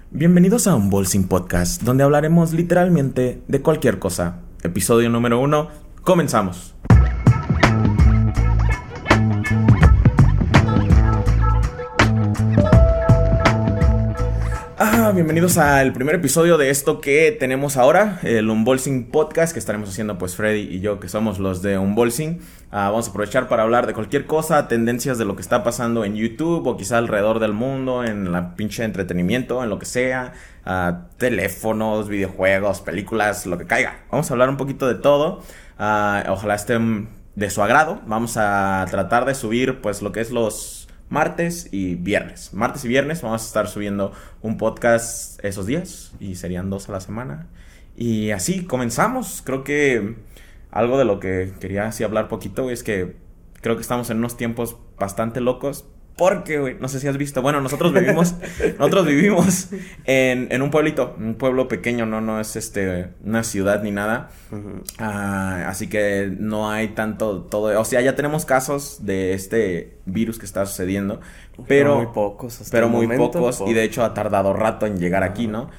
Bienvenidos a Unbolsing Podcast, donde hablaremos literalmente de cualquier cosa. Episodio número 1, comenzamos. Bienvenidos al primer episodio de esto que tenemos ahora, el Unbolsing Podcast, que estaremos haciendo pues Freddy y yo, que somos los de Unbolsing. Vamos a aprovechar para hablar de cualquier cosa, tendencias de lo que está pasando en YouTube o quizá alrededor del mundo, en la pinche entretenimiento, en lo que sea, teléfonos, videojuegos, películas, lo que caiga. Vamos a hablar un poquito de todo, ojalá estén de su agrado. Vamos a tratar de subir pues lo que es los martes y viernes. Martes y viernes vamos a estar subiendo un podcast esos días y serían 2 a la semana. Y así comenzamos. Creo que algo de lo que quería así hablar poquito es que creo que estamos en unos tiempos bastante locos. Porque, güey, no sé si has visto. Bueno, nosotros vivimos en un pueblito, un pueblo pequeño, no es una ciudad ni nada. Uh-huh. Así que no hay tanto todo. O sea, ya tenemos casos de este virus que está sucediendo, pero muy pocos. Muy pocos. Y de hecho ha tardado rato en llegar aquí, ¿no?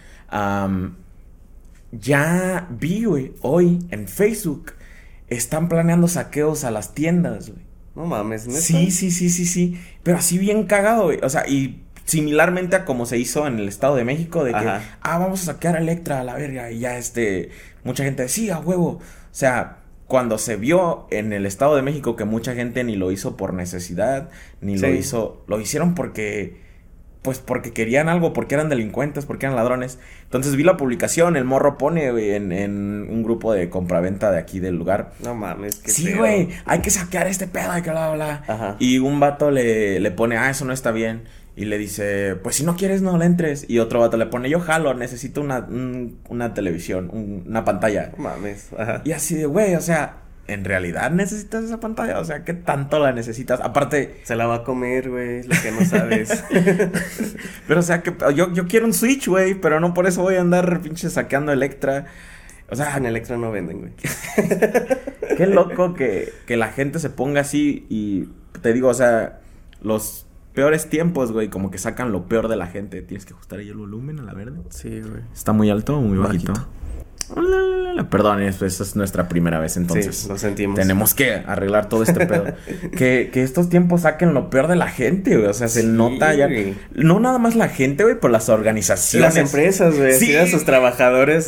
Ya vi, güey, hoy en Facebook están planeando saqueos a las tiendas, güey. No mames, ¿neta? Sí. Pero así bien cagado, güey. O sea, y similarmente a como se hizo en el Estado de México, de que, vamos a saquear a Electra a la verga. Y ya mucha gente decía, huevo. O sea, cuando se vio en el Estado de México que mucha gente ni lo hizo por necesidad, ni lo hicieron porque querían algo, porque eran delincuentes, porque eran ladrones. Entonces vi la publicación, el morro pone, güey, en un grupo de compraventa de aquí del lugar. No mames, qué sí, güey, hay que saquear este pedo, hay que bla, bla. Ajá. Y un vato le pone, eso no está bien. Y le dice, pues si no quieres, no le entres. Y otro vato le pone, yo jalo, necesito una televisión, una pantalla. No mames, ajá. Y así de, güey, o sea, ¿en realidad necesitas esa pantalla? O sea, ¿qué tanto la necesitas? Aparte... Se la va a comer, güey, lo que no sabes. Pero, o sea, que yo quiero un Switch, güey, pero no por eso voy a andar pinche saqueando Electra. O sea... En Electra no venden, güey. Qué loco que la gente se ponga así y... Te digo, o sea, los peores tiempos, güey, como que sacan lo peor de la gente. Tienes que ajustar ahí el volumen a la verde. Sí, güey. ¿Está muy alto o muy bajito? Perdón, esa es nuestra primera vez, entonces. Sí, lo sentimos. Tenemos que arreglar todo este pedo. que estos tiempos saquen lo peor de la gente, güey. O sea, se nota ya. Güey. No nada más la gente, güey, pero las organizaciones. Las empresas, güey. Sí. A sus trabajadores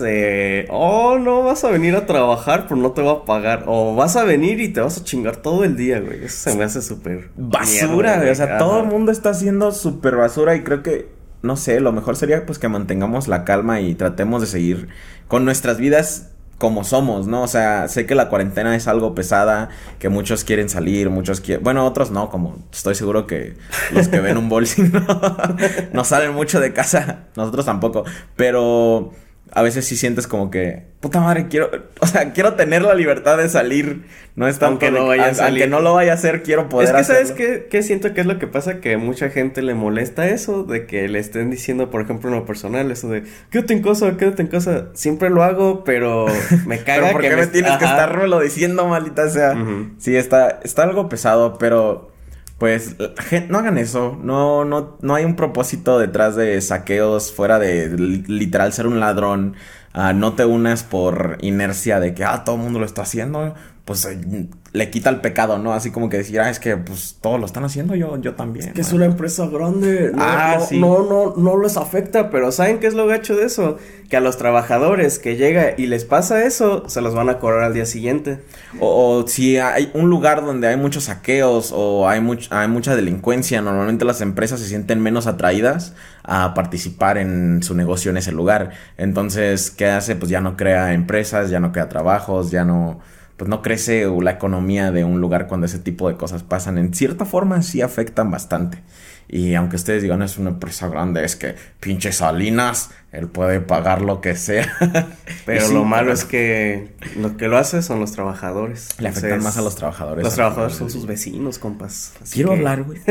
no vas a venir a trabajar, pero no te va a pagar. O vas a venir y te vas a chingar todo el día, güey. Eso se me hace súper basura, güey. O sea, todo el mundo está haciendo súper basura y creo que... No sé, lo mejor sería pues que mantengamos la calma y tratemos de seguir con nuestras vidas como somos, ¿no? O sea, sé que la cuarentena es algo pesada, que muchos quieren salir, bueno, otros no, como estoy seguro que los que ven Unbolsing no salen mucho de casa, nosotros tampoco, pero... A veces sí sientes como que... Puta madre, quiero tener la libertad de salir. No es tanto... Aunque no lo vaya a hacer, quiero poder hacerlo. Es que, ¿sabes qué siento que es lo que pasa? Que mucha gente le molesta eso. De que le estén diciendo, por ejemplo, en lo personal, eso de... Quédate en casa. Siempre lo hago, pero me caga. ¿Pero por qué me tienes que estarlo diciendo, maldita sea? Uh-huh. Sí, está algo pesado, pero... Pues, no hagan eso, no hay un propósito detrás de saqueos fuera de literal ser un ladrón. No te unas por inercia de que, todo el mundo lo está haciendo, pues le quita el pecado, ¿no? Así como que decir, es que pues todos lo están haciendo, yo también. Es que es una empresa grande, sí. No les afecta, pero ¿saben qué es lo gacho de eso? Que a los trabajadores que llega y les pasa eso, se los van a cobrar al día siguiente. O si hay un lugar donde hay muchos saqueos o hay mucha delincuencia, normalmente las empresas se sienten menos atraídas a participar en su negocio en ese lugar. Entonces, ¿qué hace? Pues ya no crea empresas, ya no crea trabajos, ya no... Pues no crece la economía de un lugar cuando ese tipo de cosas pasan. En cierta forma sí afectan bastante. Y aunque ustedes digan, es una empresa grande, es que pinche Salinas, él puede pagar lo que sea. Pero sí, lo malo es que lo que lo hace son los trabajadores. Le afectan más a los trabajadores. Los trabajadores son sus vecinos, compas. Quiero hablar, güey.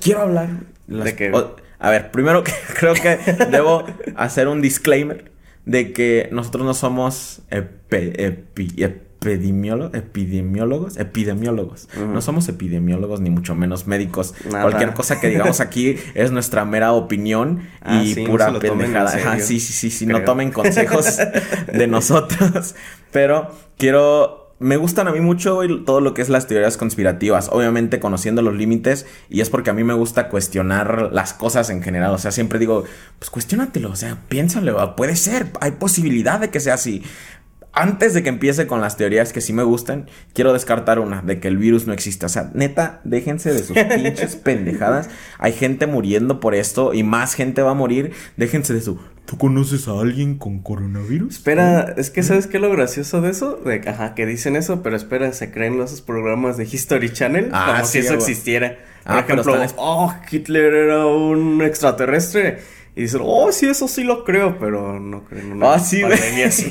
¿De qué? A ver, primero que creo que debo hacer un disclaimer de que nosotros no somos epidemiólogos. No somos epidemiólogos ni mucho menos médicos. Nada. Cualquier cosa que digamos aquí es nuestra mera opinión y sí, pura no se lo tomen en pendejada. serio, Sí, creo. no tomen consejos de nosotros. Pero me gustan a mí mucho todo lo que es las teorías conspirativas, obviamente conociendo los límites, y es porque a mí me gusta cuestionar las cosas en general. O sea, siempre digo, pues cuestiónatelo, o sea, piénsalo, puede ser, hay posibilidad de que sea así. Antes de que empiece con las teorías que sí me gustan, quiero descartar una, de que el virus no existe. O sea, neta, déjense de sus pinches pendejadas. Hay gente muriendo por esto y más gente va a morir. Déjense de su... ¿Tú conoces a alguien con coronavirus? Espera, es que ¿sabes qué es lo gracioso de eso? Que dicen eso, pero espera, se creen esos programas de History Channel como sí, si eso güey. existiera. Ah, Por ejemplo, Hitler era un extraterrestre. Y dicen, sí, eso sí lo creo, pero no creo en una sí, güey. pandemia así.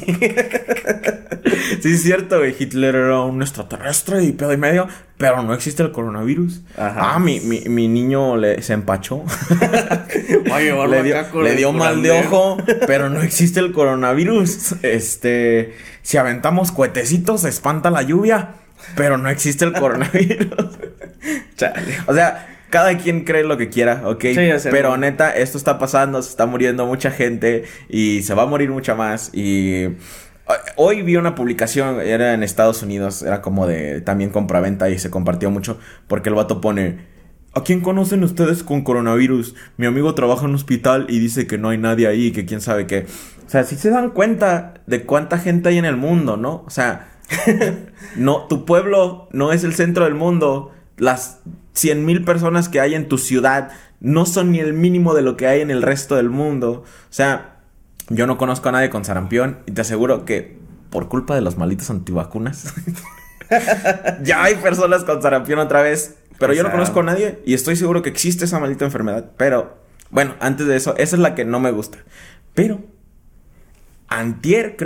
Sí, es cierto, güey. Hitler era un extraterrestre y pedo y medio, pero no existe el coronavirus. Ajá. Mi niño se empachó. Va a llevarlo acá con le el dio mal de curandero. ojo, pero no existe el coronavirus. Si aventamos cohetecitos, se espanta la lluvia, pero no existe el coronavirus. Chale. O sea, cada quien cree lo que quiera, ¿ok? Sí, ya sé, pero ¿no? neta, esto está pasando, se está muriendo mucha gente y se va a morir mucha más. Y hoy vi una publicación, era en Estados Unidos, era como de también compraventa y se compartió mucho porque el vato pone: ¿a quién conocen ustedes con coronavirus? Mi amigo trabaja en un hospital y dice que no hay nadie ahí, que quién sabe qué. O sea, si se dan cuenta de cuánta gente hay en el mundo, ¿no? O sea, no, tu pueblo no es el centro del mundo. Las 100,000 personas que hay en tu ciudad no son ni el mínimo de lo que hay en el resto del mundo. O sea, yo no conozco a nadie con sarampión y te aseguro que por culpa de los malditos antivacunas ya hay personas con sarampión otra vez. Pero yo no conozco a nadie y estoy seguro que existe esa maldita enfermedad. Pero, bueno, antes de eso, esa es la que no me gusta. Pero, antier,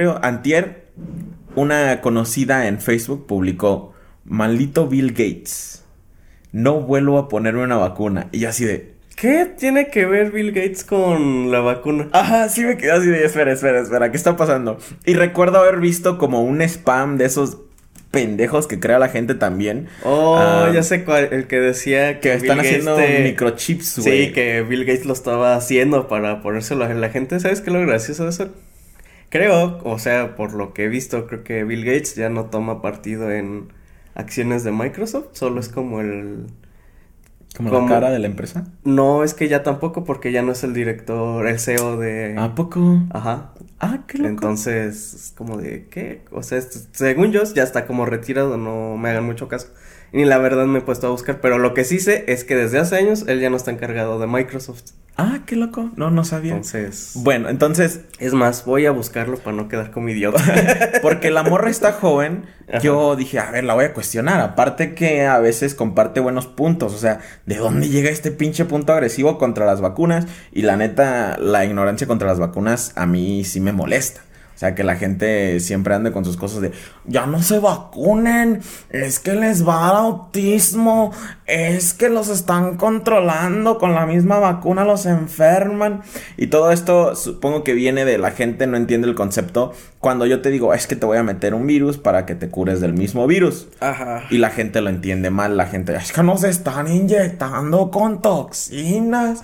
una conocida en Facebook publicó: maldito Bill Gates, no vuelvo a ponerme una vacuna. Y yo así de... ¿Qué tiene que ver Bill Gates con la vacuna? Ajá, sí me quedé así de... Espera, ¿qué está pasando? Y recuerdo haber visto como un spam de esos pendejos que crea la gente también. Ya sé cuál, el que decía que están haciendo microchips, güey. Sí, que Bill Gates lo estaba haciendo para ponérselo a la gente. ¿Sabes qué es lo gracioso de eso? Creo, o sea, por lo que he visto, creo que Bill Gates ya no toma partido en acciones de Microsoft, solo es como ¿Como la cara de la empresa? No, es que ya tampoco, porque ya no es el director, el CEO de... ¿A poco? Ajá. Qué loco. Entonces, es como de, ¿qué? O sea, según yo, ya está como retirado, no me hagan mucho caso. Y la verdad me he puesto a buscar, pero lo que sí sé es que desde hace años él ya no está encargado de Microsoft. Qué loco. No sabía. Entonces... Bueno, entonces... Es más, voy a buscarlo para no quedar como idiota. Porque la morra está joven. Ajá. Yo dije, a ver, la voy a cuestionar. Aparte que a veces comparte buenos puntos. O sea, ¿de dónde llega este pinche punto agresivo contra las vacunas? Y la neta, la ignorancia contra las vacunas a mí sí me molesta. O sea, que la gente siempre ande con sus cosas de... ya no se vacunen, es que les va a dar autismo, es que los están controlando, con la misma vacuna los enferman. Y todo esto supongo que viene de la gente no entiende el concepto. Cuando yo te digo, es que te voy a meter un virus para que te cures del mismo virus. Ajá. Y la gente lo entiende mal, la gente... es que nos están inyectando con toxinas.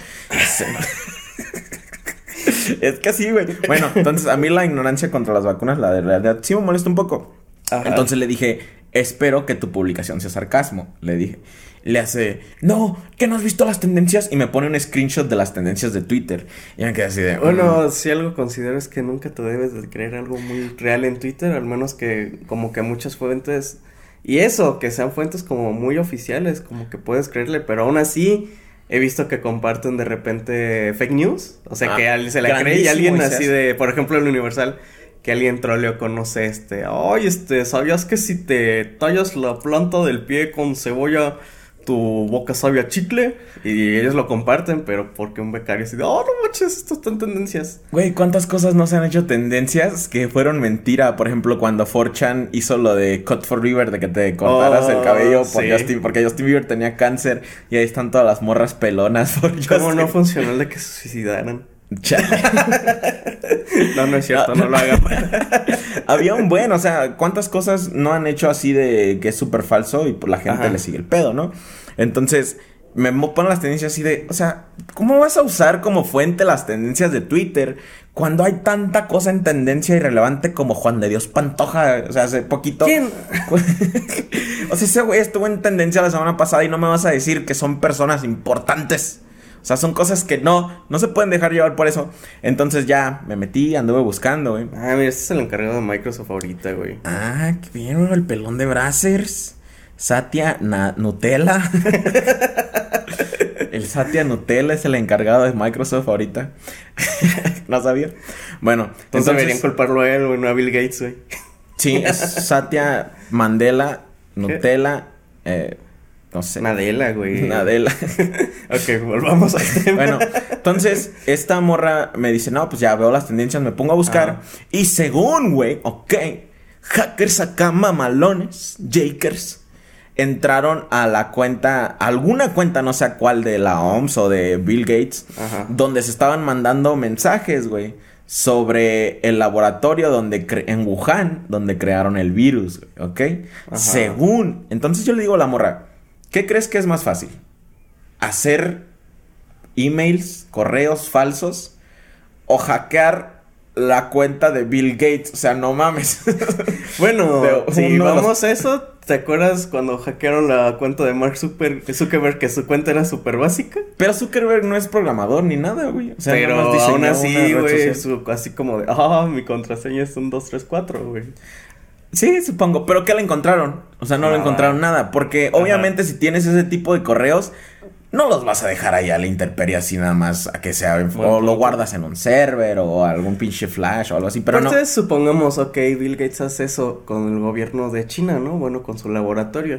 Es que sí, güey. Bueno, entonces a mí la ignorancia contra las vacunas, la de realidad, sí me molesta un poco. Ajá. Entonces le dije, espero que tu publicación sea sarcasmo. Le dije. Le hace, no, que no has visto las tendencias. Y me pone un screenshot de las tendencias de Twitter. Y me quedé así de... Bueno, si algo considero es que nunca te debes de creer algo muy real en Twitter. Al menos que como que muchas fuentes... Y eso, que sean fuentes como muy oficiales. Como que puedes creerle, pero aún así... He visto que comparten de repente fake news. O sea, que alguien se la cree y alguien así de... Por ejemplo, en Universal, que alguien troleó con, no sé, ¿sabías que si te tallas la planta del pie con cebolla, tu boca sabe a chicle? Y ellos lo comparten, pero porque un becario así de... no manches, esto está en tendencias. Güey, ¿cuántas cosas no se han hecho tendencias que fueron mentira? Por ejemplo, cuando 4chan hizo lo de Cut for River, de que te cortaras el cabello porque Justin Bieber tenía cáncer. Y ahí están todas las morras pelonas por Justin. ¿Cómo no funcionó el de que se suicidaran? No es cierto, no lo hagan. Había un buen, o sea, ¿cuántas cosas no han hecho así de que es súper falso y por la gente le sigue el pedo, ¿no? Entonces, me ponen las tendencias así de, o sea, ¿cómo vas a usar como fuente las tendencias de Twitter cuando hay tanta cosa en tendencia irrelevante como Juan de Dios Pantoja? O sea, hace poquito... ¿Quién? O sea, ese güey estuvo en tendencia la semana pasada y no me vas a decir que son personas importantes. O sea, son cosas que no se pueden dejar llevar por eso. Entonces ya me metí, anduve buscando, güey. Ah, mira, este es el encargado de Microsoft ahorita, güey. Ah, qué bien, güey, el pelón de Brazzers. Satya Nutella. El Satya Nutella es el encargado de Microsoft ahorita. No sabía. Bueno, entonces deberían culparlo a él, güey, no a Bill Gates, güey. Sí, es Satya Mandela Nutella. No sé. Nadella, güey. Nadella. Ok, volvamos al tema. Bueno, entonces, esta morra me dice, no, pues ya veo las tendencias, me pongo a buscar. Y según, güey, hackers acá mamalones, jakers, entraron a la cuenta, alguna cuenta, no sé cuál, de la OMS o de Bill Gates, donde se estaban mandando mensajes, güey, sobre el laboratorio en Wuhan, donde crearon el virus, ¿ok? Según. Entonces yo le digo a la morra, ¿qué crees que es más fácil? ¿Hacer emails, correos falsos o hackear la cuenta de Bill Gates? O sea, no mames. Bueno, si vamos a eso, ¿te acuerdas cuando hackearon la cuenta de Mark Zuckerberg, que su cuenta era súper básica? Pero Zuckerberg no es programador ni nada, güey. O sea, pero aún así, güey, así como de, mi contraseña es 1, 2, 3, 4, güey. Sí, supongo. ¿Pero qué le encontraron? O sea, no le encontraron nada. Porque obviamente si tienes ese tipo de correos, no los vas a dejar ahí a la intemperie así nada más a que sea... o lo guardas en un server o algún pinche flash o algo así, pero entonces, supongamos, Bill Gates hace eso con el gobierno de China, ¿no? Bueno, con su laboratorio.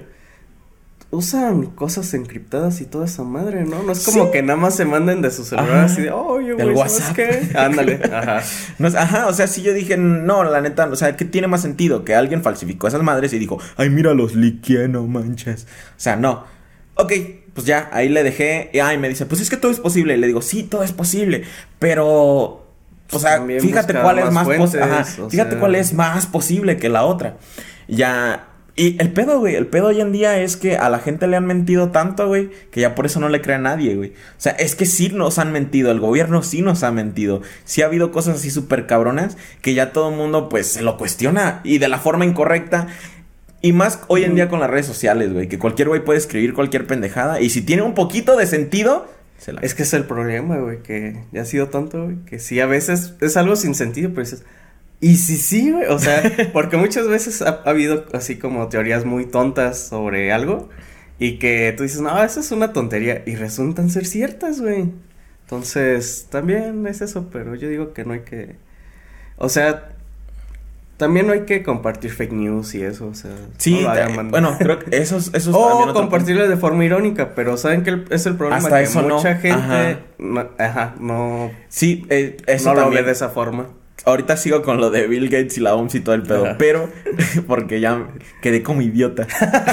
Usan cosas encriptadas y toda esa madre, ¿no? No es como que nada más se manden de su celular así de, oye, güey, ¿sabes qué? Ándale, No, o sea, sí yo dije, no, la neta, o sea, ¿qué tiene más sentido? Que alguien falsificó esas madres y dijo, ay, mira, los liqueé, no manches. O sea, no. Ok, pues ya, ahí le dejé. Y me dice, pues es que todo es posible. Y le digo, sí, todo es posible. Pero, o sea, fíjate cuál es más fíjate cuál es más posible que la otra. Ya. Y el pedo, güey, el pedo hoy en día es que a la gente le han mentido tanto, güey, que ya por eso no le cree a nadie, güey. O sea, es que sí nos han mentido, el gobierno sí nos ha mentido. Sí ha habido cosas así súper cabronas que ya todo el mundo, pues, se lo cuestiona y de la forma incorrecta. Y más hoy en día con las redes sociales, güey, que cualquier güey puede escribir cualquier pendejada y si tiene un poquito de sentido... Es que es el problema, güey, que ya ha sido tanto, güey, que sí, a veces es algo sin sentido, pero dices... Y sí, güey, o sea, porque muchas veces ha habido así como teorías muy tontas sobre algo y que tú dices, no, eso es una tontería y resultan ser ciertas, güey. Entonces, también es eso, pero yo digo que no hay que, o sea, también no hay que compartir fake news y eso, o sea. Sí, no bueno, creo que eso o compartirlo de forma irónica, pero saben que es el problema hasta que eso mucha no. gente, no, sí, eso no también. lo ve de esa forma. Ahorita sigo con lo de Bill Gates y la OMS y todo el pedo, pero porque ya quedé como idiota.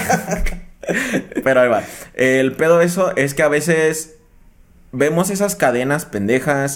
Pero ahí va. El pedo eso es que a veces vemos esas cadenas pendejas,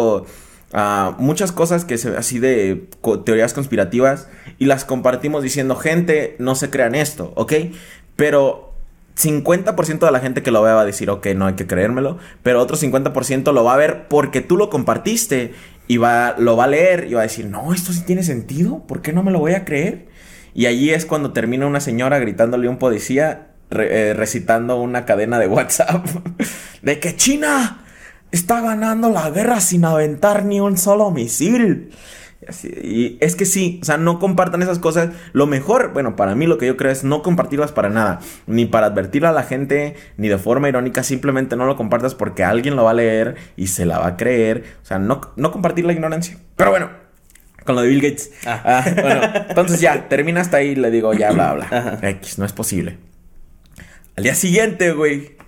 muchas cosas que así de teorías conspirativas y las compartimos diciendo, gente, no se crean esto, ¿ok? Pero 50% de la gente que lo vea va a decir, ok, no hay que creérmelo, pero otro 50% lo va a ver porque tú lo compartiste y lo va a leer y va a decir, no, esto sí tiene sentido, ¿por qué no me lo voy a creer? Y allí es cuando termina una señora gritándole a un policía recitando una cadena de WhatsApp de que China está ganando la guerra sin aventar ni un solo misil. Y es que sí, o sea, no compartan esas cosas. Lo mejor, bueno, para mí lo que yo creo es no compartirlas para nada, ni para advertir a la gente, ni de forma irónica. Simplemente no lo compartas porque alguien lo va a leer y se la va a creer. O sea, no compartir la ignorancia. Pero bueno, con lo de Bill Gates. Bueno, entonces ya, termina hasta ahí. Le digo, ya, bla, bla. X, no es posible. Al día siguiente, güey,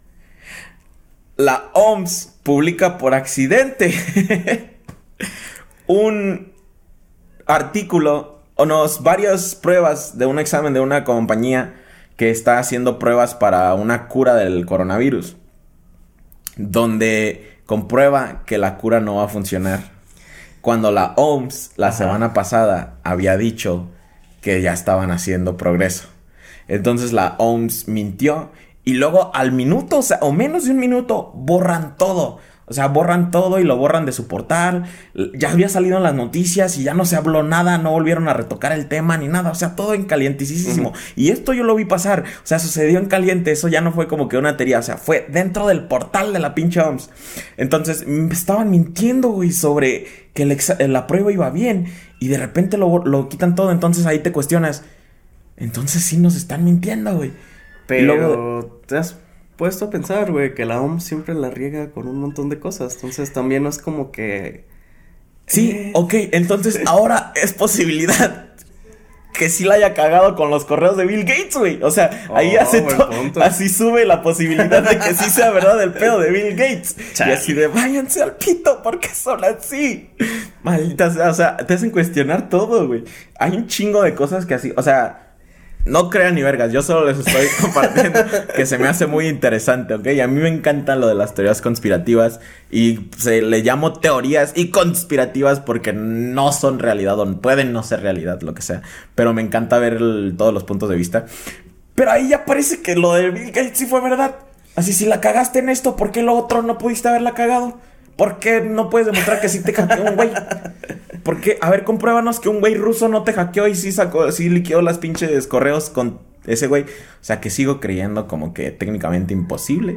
la OMS publica por accidente un artículo varias pruebas de un examen de una compañía que está haciendo pruebas para una cura del coronavirus, donde comprueba que la cura no va a funcionar. Cuando la OMS la semana pasada había dicho que ya estaban haciendo progreso. Entonces la OMS mintió y luego al minuto, o menos de un minuto, borran todo. O sea, borran todo y lo borran de su portal. Ya había salido en las noticias y ya no se habló nada. No volvieron a retocar el tema ni nada. O sea, todo en calientísimo. Y esto yo lo vi pasar. O sea, sucedió en caliente. Eso ya no fue como que una teoría. O sea, fue dentro del portal de la pinche OMS. Entonces, me estaban mintiendo, güey, sobre que la prueba iba bien. Y de repente lo quitan todo. Entonces, ahí te cuestionas. Entonces, sí nos están mintiendo, güey. Pero luego, te has puesto a pensar, güey, que la OMS siempre la riega con un montón de cosas. Entonces también no es como que... Sí, ok, entonces ahora es posibilidad que sí la haya cagado con los correos de Bill Gates, güey. O sea, ahí así sube la posibilidad de que sí sea verdad el pedo de Bill Gates. Y así de, váyanse al pito, porque son así. Malditas, o sea, te hacen cuestionar todo, güey. Hay un chingo de cosas que así, o sea... No crean ni vergas, yo solo les estoy compartiendo que se me hace muy interesante, ¿ok? Y a mí me encanta lo de las teorías conspirativas y se le llamo teorías y conspirativas porque no son realidad o pueden no ser realidad, lo que sea. Pero me encanta ver todos los puntos de vista. Pero ahí ya parece que lo de Bill Gates sí fue verdad. Así, si la cagaste en esto, ¿por qué lo otro no pudiste haberla cagado? ¿Por qué no puedes demostrar que sí te hackeó un güey? ¿Por qué? A ver, compruébanos que un güey ruso no te hackeó y sí liqueó las pinches correos con ese güey. O sea, que sigo creyendo como que técnicamente imposible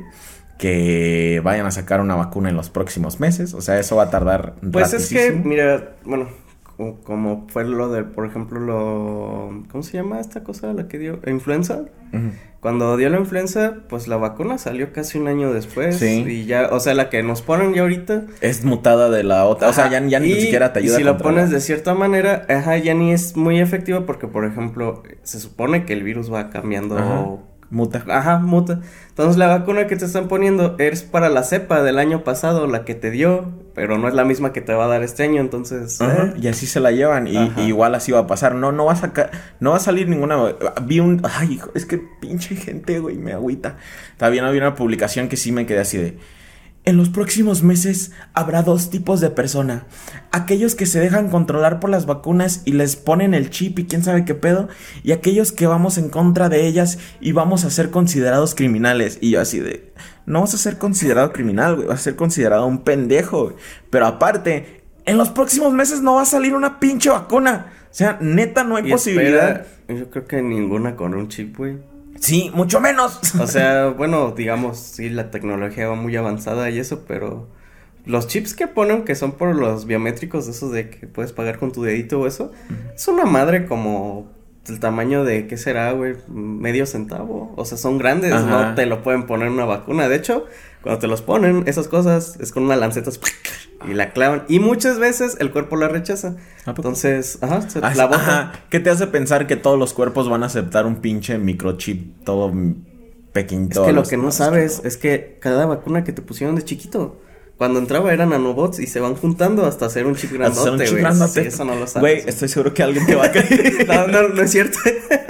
que vayan a sacar una vacuna en los próximos meses. O sea, eso va a tardar pues ratísimo. Es que, mira, bueno, como fue lo de, por ejemplo, ¿cómo se llama esta cosa? La que dio, ¿influenza? Uh-huh. Cuando dio la influenza, pues la vacuna salió casi un año después. Sí. Y ya, o sea, la que nos ponen ya ahorita es mutada de la otra. Ajá, o sea, ya ni siquiera te ayuda. Y si lo pones de cierta manera, ya ni es muy efectiva porque, por ejemplo, se supone que el virus va cambiando. Ajá. Muta. Entonces la vacuna que te están poniendo es para la cepa del año pasado, la que te dio, pero no es la misma que te va a dar este año, entonces... Y así se la llevan, y igual así va a pasar. No va a salir ninguna... Ay, es que pinche gente, güey, me agüita. También había una publicación que sí me quedé así de... En los próximos meses habrá dos tipos de persona. Aquellos que se dejan controlar por las vacunas y les ponen el chip y quién sabe qué pedo. Y aquellos que vamos en contra de ellas y vamos a ser considerados criminales. Y yo así de... No vas a ser considerado criminal, güey. Vas a ser considerado un pendejo, güey. Pero aparte, en los próximos meses no va a salir una pinche vacuna. O sea, neta, no hay posibilidad. Yo creo que ninguna con un chip, güey. Sí, mucho menos. O sea, bueno, digamos, sí, la tecnología va muy avanzada y eso, pero los chips que ponen, que son por los biométricos, esos de que puedes pagar con tu dedito o eso, es una madre como el tamaño de, ¿qué será, güey? Medio centavo. O sea, son grandes, no te lo pueden poner en una vacuna. De hecho, cuando te los ponen, esas cosas, es con una lanceta y la clavan. Y muchas veces el cuerpo la rechaza. Entonces, la bota. ¿Qué te hace pensar que todos los cuerpos van a aceptar un pinche microchip todo pequeñito? Es que lo que no sabes es que cada vacuna que te pusieron de chiquito, cuando entraba eran nanobots y se van juntando hasta hacer un chip grandote, güey. Sí, eso no lo sabes. Güey, estoy seguro que alguien te va a creer. No es cierto.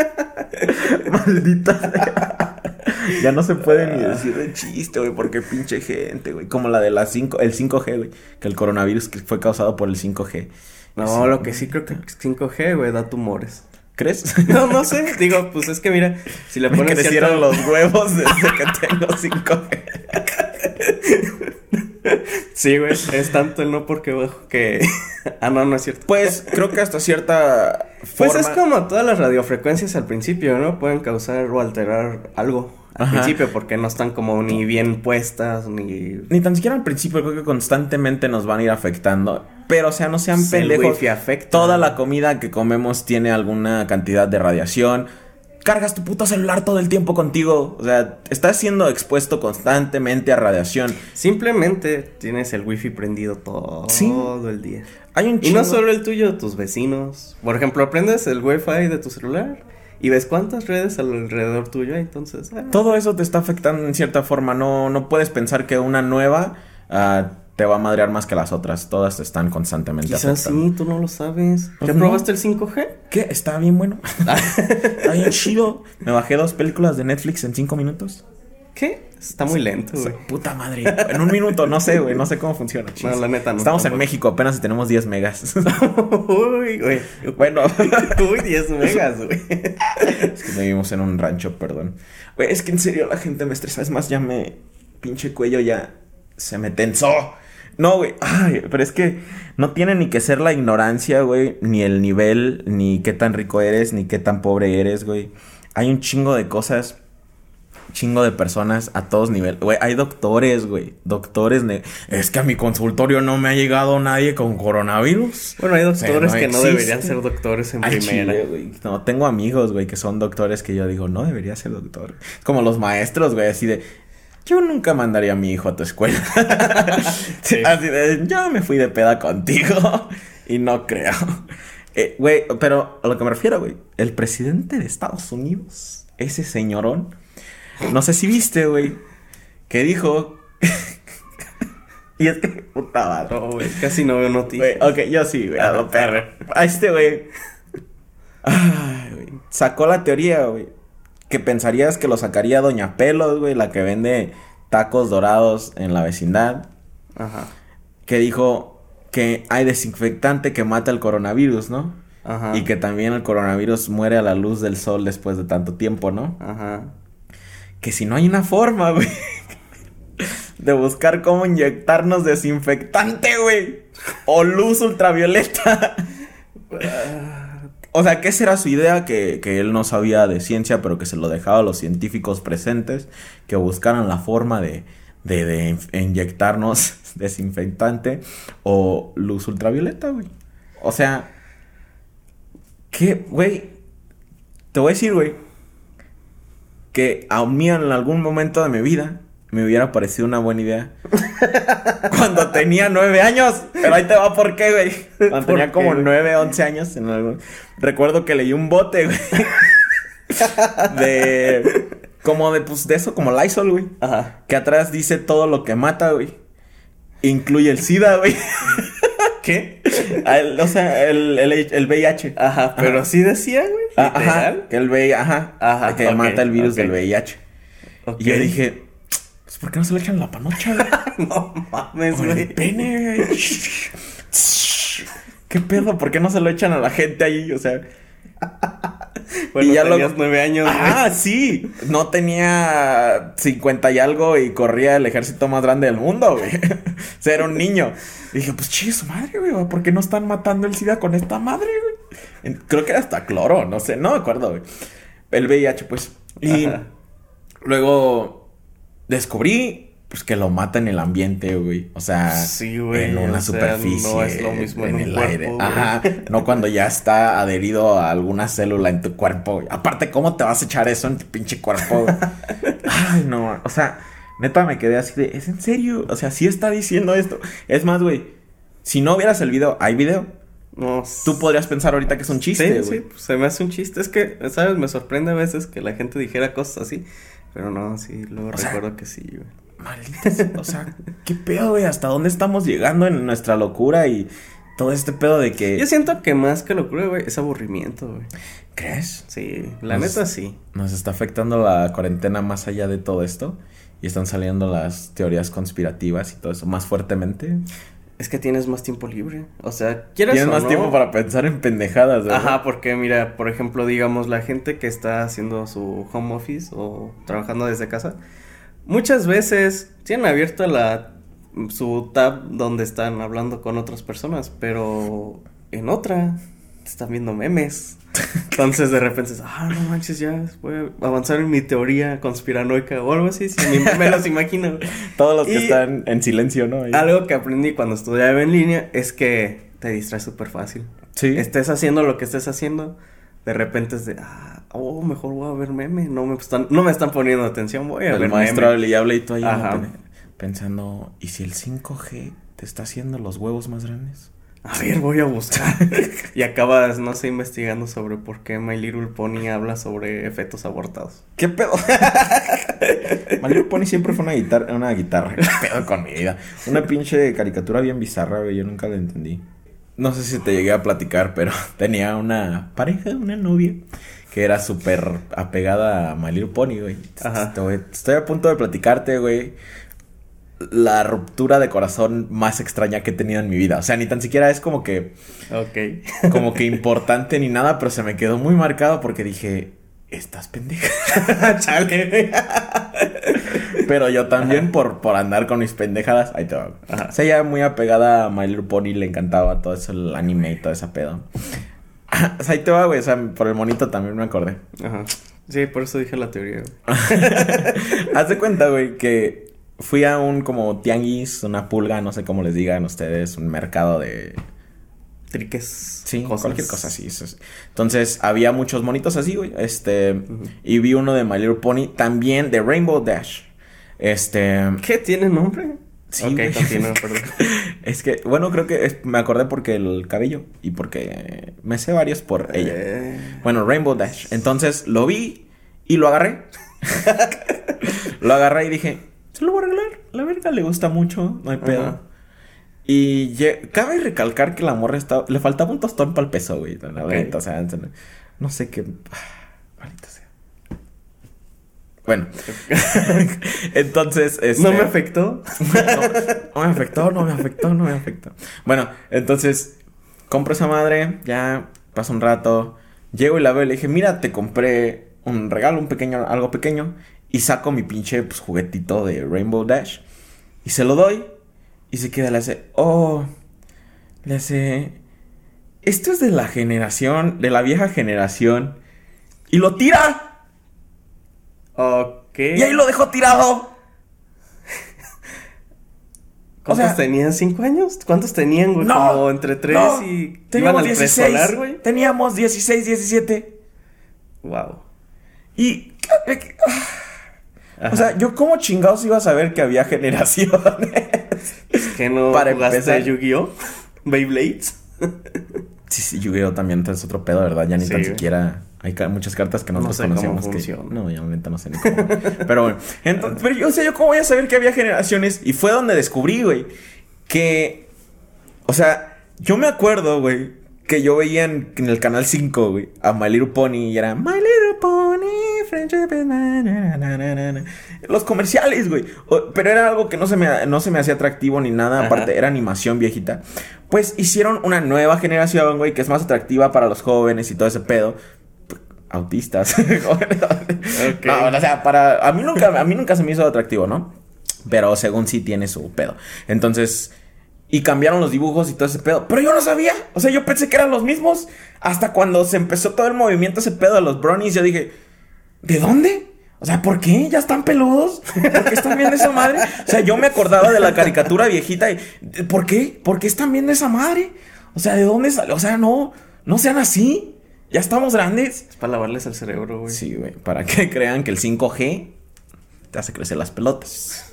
Maldita. Ya no se puede ni decir de chiste, güey, porque pinche gente, güey. Como la de el 5G, güey. Que el coronavirus que fue causado por el 5G. No, sí, lo que sí creo que 5G, güey, da tumores. ¿Crees? No sé. Digo, pues es que mira, si le pones... Me crecieron los huevos desde que tengo 5G. Sí, güey, es tanto el no porque bajo que... no es cierto. Pues, creo que hasta cierta forma... Pues es como todas las radiofrecuencias al principio, ¿no? Pueden causar o alterar algo al principio porque no están como ni bien puestas, ni tan siquiera al principio. Creo que constantemente nos van a ir afectando. Pero, o sea, no sean pendejos. El wifi afecta. Toda la comida que comemos tiene alguna cantidad de radiación. Cargas tu puto celular todo el tiempo contigo. O sea, estás siendo expuesto constantemente a radiación. Simplemente tienes el wifi prendido todo el día. Hay un chingo. Y no solo el tuyo, tus vecinos. Por ejemplo, prendes el wifi de tu celular y ves cuántas redes alrededor tuyo hay. Entonces, todo eso te está afectando en cierta forma. No puedes pensar que una nueva te va a madrear más que las otras. Todas te están constantemente quizás afectando. Sí, tú no lo sabes. ¿Ya probaste el 5G? ¿Qué? Está bien bueno. Está bien chido. Me bajé 2 películas de Netflix en 5 minutos. ¿Qué? Está muy lento, güey. Puta madre. En un minuto, no sé, güey. No sé cómo funciona. No, la neta no. Estamos en México apenas y tenemos 10 megas. Uy, güey. Bueno. Uy, 10 megas, güey. Es que vivimos en un rancho, perdón. Güey, es que en serio la gente me estresa. Es más, ya pinche cuello ya se me tensó. No, güey. Ay, pero es que no tiene ni que ser la ignorancia, güey. Ni el nivel, ni qué tan rico eres, ni qué tan pobre eres, güey. Hay un chingo de cosas, chingo de personas a todos niveles. Güey, hay doctores, güey. Es que a mi consultorio no me ha llegado nadie con coronavirus. Bueno, hay doctores no que no deberían ser doctores en primera. Chile, güey. No, tengo amigos, güey, que son doctores que yo digo, no debería ser doctor. Es como los maestros, güey, así de... Yo nunca mandaría a mi hijo a tu escuela. Sí. Así de, yo me fui de peda contigo. Y no creo. Güey, pero a lo que me refiero, güey. El presidente de Estados Unidos, ese señorón, no sé si viste, güey, que dijo... Y es que, puta madre. No, güey, casi no veo noticias. Güey, ok, yo sí, güey, a lo perro. A este, güey. Ay, güey. Sacó la teoría, güey, que pensarías que lo sacaría Doña Pelos, güey, la que vende tacos dorados en la vecindad. Ajá. Que dijo que hay desinfectante que mata el coronavirus, ¿no? Ajá. Y que también el coronavirus muere a la luz del sol después de tanto tiempo, ¿no? Ajá. Que si no hay una forma, güey, de buscar cómo inyectarnos desinfectante, güey, o luz ultravioleta. O sea, ¿qué será su idea? Que él no sabía de ciencia, pero que se lo dejaba a los científicos presentes, que buscaran la forma de inyectarnos desinfectante o luz ultravioleta, güey. O sea, ¿qué, güey? Te voy a decir, güey, que a mí en algún momento de mi vida me hubiera parecido una buena idea. Cuando tenía 9 años. Pero ahí te va por qué, güey. Cuando tenía como 9, 11 años. Recuerdo que leí un bote, güey. Pues de eso, como Lysol, güey. Ajá. Que atrás dice todo lo que mata, güey. Incluye el SIDA, güey. ¿Qué? O sea, el VIH. Ajá, pero sí decía, güey. Ajá, que el VIH, ajá. Que okay, mata el virus del VIH. Okay. Y yo dije, pues, ¿por qué no se le echan la panocha, güey? No mames, güey. El pene, güey. ¿Qué pedo? ¿Por qué no se lo echan a la gente ahí? O sea... Bueno, y ya tenías 9 años. Ah, sí. No tenía 50 y algo y corría el ejército más grande del mundo, güey. O sea, era un niño. Y dije, pues chile su madre, güey. ¿Por qué no están matando el SIDA con esta madre, güey? Creo que era hasta cloro, no sé. No me acuerdo, güey. El VIH, pues. Y luego descubrí... Pues que lo mata en el ambiente, güey. O sea, sí, güey, en una superficie. No es lo mismo en el aire. Cuerpo, ajá. No cuando ya está adherido a alguna célula en tu cuerpo, güey. Aparte, ¿cómo te vas a echar eso en tu pinche cuerpo, güey? Ay, no. O sea, neta me quedé así de... ¿Es en serio? O sea, sí está diciendo esto. Es más, güey. Si no vieras el video... ¿Hay video? No. Tú podrías pensar ahorita que es un chiste, güey. Sí, pues se me hace un chiste. Es que, ¿sabes? Me sorprende a veces que la gente dijera cosas así. Pero no, sí. Luego recuerdo que sí, güey. Maldita, o sea, ¿qué pedo, güey? ¿Hasta dónde estamos llegando en nuestra locura y todo este pedo de que... Yo siento que más que locura, güey, es aburrimiento, güey. ¿Crees? Sí, la neta sí. Nos está afectando la cuarentena más allá de todo esto y están saliendo las teorías conspirativas y todo eso más fuertemente. Es que tienes más tiempo libre. O sea, ¿quieres Tienes más tiempo para pensar en pendejadas, ¿verdad? Ajá, porque mira, por ejemplo, digamos, la gente que está haciendo su home office o trabajando desde casa... Muchas veces tienen abierta su tab donde están hablando con otras personas, pero en otra están viendo memes. Entonces de repente no manches, ya voy a avanzar en mi teoría conspiranoica o algo así, si me los imagino. Todos los que están en silencio, ¿no? Ahí. Algo que aprendí cuando estudiaba en línea es que te distraes súper fácil. Sí. Estés haciendo lo que estés haciendo, de repente es de, mejor voy a ver meme. No me están poniendo atención, voy a ver meme. El maestro hable y hable y tú ahí pensando, ¿y si el 5G te está haciendo los huevos más grandes? A ver, voy a buscar. Y acabas, no sé, investigando sobre por qué My Little Pony habla sobre fetos abortados. ¿Qué pedo? My Little Pony siempre fue una guitarra. ¿Qué pedo con mi vida? Una pinche caricatura bien bizarra, güey. Yo nunca la entendí. no sé si te llegué a platicar, pero tenía una pareja, una novia, que era súper apegada a My Little Pony, güey. Ajá. Estoy a punto de platicarte, güey, la ruptura de corazón más extraña que he tenido en mi vida. O sea, ni tan siquiera es como que... Ok. Como que importante ni nada, pero se me quedó muy marcado porque dije... Estás pendeja. Chale. Pero yo también por andar con mis pendejadas. Ahí te va. Ajá. O sea, ella muy apegada a My Little Pony. Le encantaba todo eso, el anime y todo ese pedo. O sea, ahí te va, güey. O sea, por el monito también me acordé. Ajá. Sí, por eso dije la teoría, güey. Haz de cuenta, güey, que fui a un como tianguis, una pulga, no sé cómo les digan ustedes, un mercado de... Triques. Sí, cosas. cualquier cosa así. Entonces, había muchos monitos así, güey. Y vi uno de My Little Pony, también de Rainbow Dash. ¿Qué tiene nombre? Sí, ok, güey. continúa, perdón. Es que, bueno, creo que me acordé porque el cabello y porque me sé varios por ella. Bueno, Rainbow Dash. Entonces, lo vi y lo agarré. Lo agarré y dije, se lo voy a regalar. La verga le gusta mucho, no hay pedo. Ajá. Y cabe recalcar que la morra le faltaba un tostón para el peso, güey. La neta, o sea, no sé qué. Maldita sea. Bueno. Entonces, ¿No me afectó? No me afectó. Bueno, entonces, compro esa madre, ya pasa un rato. Llego y la veo y le dije, mira, te compré un regalo, algo pequeño. Y saco mi pinche pues, juguetito de Rainbow Dash. Y se lo doy. Y se queda, le hace, esto es de la vieja generación. Y lo tira. Ok. Y ahí lo dejó tirado. ¿Cuántos tenían? ¿5 años? ¿Cuántos tenían, güey? No, como entre 3 no, y... teníamos ¿Iban al 16, preescolar, güey? teníamos 16, 17. Wow. Y... O sea, yo como chingados iba a saber que había generaciones. ¿Qué no Para jugaste empezar. Yu-Gi-Oh? ¿Beyblades? Sí, Yu-Gi-Oh también es otro pedo, ¿verdad? Ya ni Sí, tan güey. siquiera... Hay muchas cartas que nosotros No sé cómo conocemos que... funciona. No, yo realmente no sé ni cómo. Pero bueno. Entonces, pero yo cómo voy a saber que había generaciones. Y fue donde descubrí, güey, que... O sea, yo me acuerdo, güey, que yo veía en el canal 5, güey, a My Little Pony y era My Little Pony, friendship is na, na, na, na, na, na. Los comerciales, güey. Pero era algo que no se me hacía atractivo ni nada. Ajá. Aparte, era animación viejita. Pues hicieron una nueva generación, güey, que es más atractiva para los jóvenes y todo ese pedo. Autistas. Okay. No, o sea, a mí nunca se me hizo atractivo, ¿no? Pero según sí tiene su pedo. Entonces, y cambiaron los dibujos y todo ese pedo. Pero yo no sabía. O sea, yo pensé que eran los mismos. Hasta cuando se empezó todo el movimiento, ese pedo de los bronies, yo dije, ¿de dónde? O sea, ¿por qué? ¿Ya están peludos? ¿Por qué están viendo esa madre? O sea, yo me acordaba de la caricatura viejita y... ¿Por qué? ¿Por qué están viendo esa madre? O sea, ¿de dónde sale? O sea, no sean así. Ya estamos grandes. Es para lavarles el cerebro, güey. Sí, güey. Para que crean que el 5G te hace crecer las pelotas.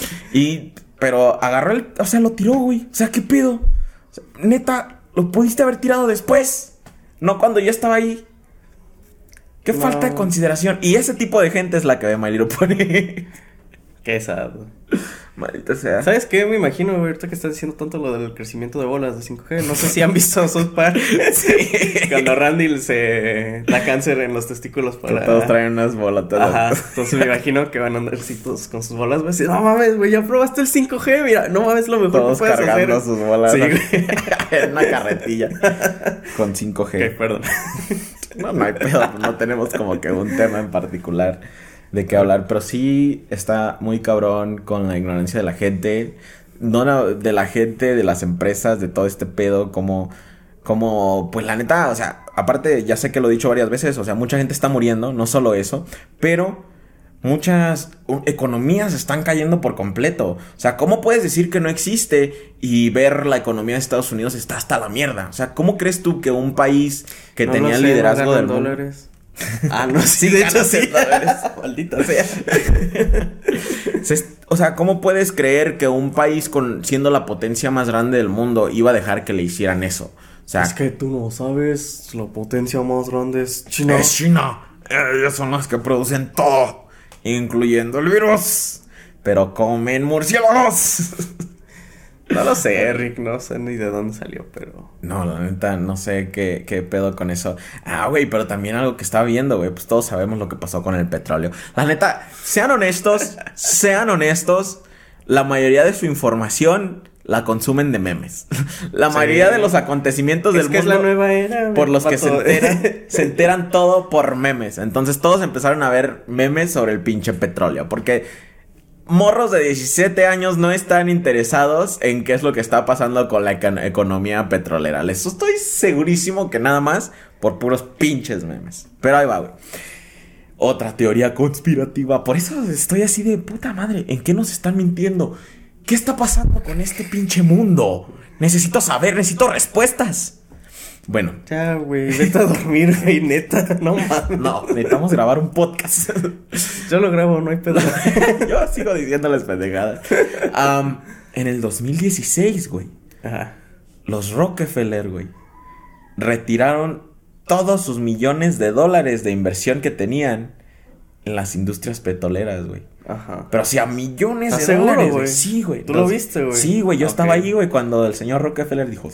Pero agarró o sea, lo tiró, güey. O sea, ¿qué pedo? O sea, neta, lo pudiste haber tirado después. No cuando ya estaba ahí. Qué falta de consideración. Y ese tipo de gente es la que ve My Little Pony. Qué sad. Maldita sea. ¿Sabes qué? Me imagino, güey, ahorita que estás diciendo tanto lo del crecimiento de bolas de 5G. No sé si han visto South Park. Sí. Cuando Randy se da cáncer en los testículos para... Que todos traen unas bolotas. Ajá. Entonces me imagino que van a andar así todos con sus bolas. Güey, no mames, güey, ya probaste el 5G. Mira, no mames, lo mejor Todos que puedes cargando hacer. sus bolas. Sí, güey. En una carretilla. Con 5G. Ok, perdón. No hay pedo. No tenemos como que un tema en particular de qué hablar. Pero sí está muy cabrón con la ignorancia de la gente. No de la gente, de las empresas, de todo este pedo. Como pues la neta, o sea, aparte ya sé que lo he dicho varias veces. O sea, mucha gente está muriendo, no solo eso. Pero muchas economías están cayendo por completo. O sea, ¿cómo puedes decir que no existe y ver la economía de Estados Unidos está hasta la mierda? O sea, ¿cómo crees tú que un país que No tenía lo el sé, liderazgo no del ganan mundo... dólares. Ah, no, sí, de hecho sí. Maldita sea. O sea, ¿cómo puedes creer que un país siendo la potencia más grande del mundo iba a dejar que le hicieran eso? O sea, Es que tú no sabes, la potencia más grande es China. es China. Ellos son los que producen todo, incluyendo el virus. Pero comen murciélagos. No lo sé, Rick, no sé ni de dónde salió, pero... No, la neta, no sé qué pedo con eso. Ah, güey, pero también algo que estaba viendo, güey, pues todos sabemos lo que pasó con el petróleo. La neta, sean honestos, la mayoría de su información la consumen de memes. La mayoría de los acontecimientos del mundo... Es la nueva era. Por los que se enteran todo por memes. Entonces todos empezaron a ver memes sobre el pinche petróleo, porque... Morros de 17 años no están interesados en qué es lo que está pasando con la economía petrolera. Les estoy segurísimo que nada más por puros pinches memes. Pero ahí va, güey. Otra teoría conspirativa. Por eso estoy así de puta madre. ¿En qué nos están mintiendo? ¿Qué está pasando con este pinche mundo? Necesito saber, necesito respuestas. Bueno. Ya, güey, vete a dormir, güey, neta. No mames. No, necesitamos grabar un podcast. Yo lo grabo, no hay pedo. Yo sigo diciéndoles pendejadas. En el 2016, güey. Ajá. Los Rockefeller, güey, retiraron todos sus millones de dólares de inversión que tenían en las industrias petroleras, güey. Ajá. Pero sí, a millones de seguro, dólares, güey. Sí, güey. ¿Tú lo viste, güey? Sí, güey. Yo estaba ahí, güey, cuando el señor Rockefeller dijo...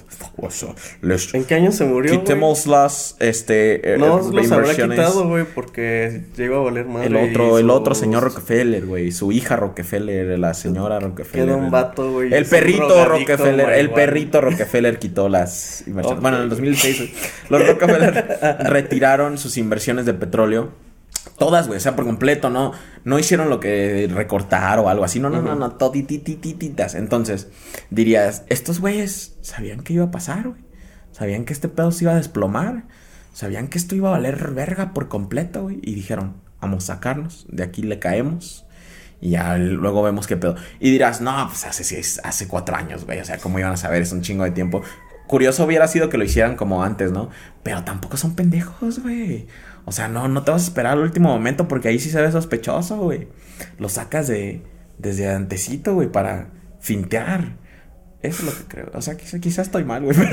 ¿En qué año se murió, quitemos las, no los habrá quitado, güey, porque llegó a valer más. El otro señor Rockefeller, güey. Su hija Rockefeller, la señora Rockefeller. Queda un vato, güey. El perrito Rockefeller. El perrito Rockefeller quitó las inversiones. Okay. Bueno, en el 2006, güey, los Rockefeller retiraron sus inversiones de petróleo. Todas, güey, o sea, por completo, no hicieron lo que recortar o algo así, no, todititititas. Entonces, dirías, estos güeyes sabían que iba a pasar, güey, sabían que este pedo se iba a desplomar, sabían que esto iba a valer verga por completo, güey, y dijeron, vamos a sacarnos, de aquí le caemos, y ya luego vemos qué pedo. Y dirás, no, pues hace 4 años, güey, o sea, ¿cómo iban a saber? Es un chingo de tiempo. Curioso hubiera sido que lo hicieran como antes, ¿no? Pero tampoco son pendejos, güey. O sea, no te vas a esperar al último momento porque ahí sí se ve sospechoso, güey. Lo sacas desde antesito, güey, para fintear. Eso es lo que creo. O sea, quizás estoy mal, güey.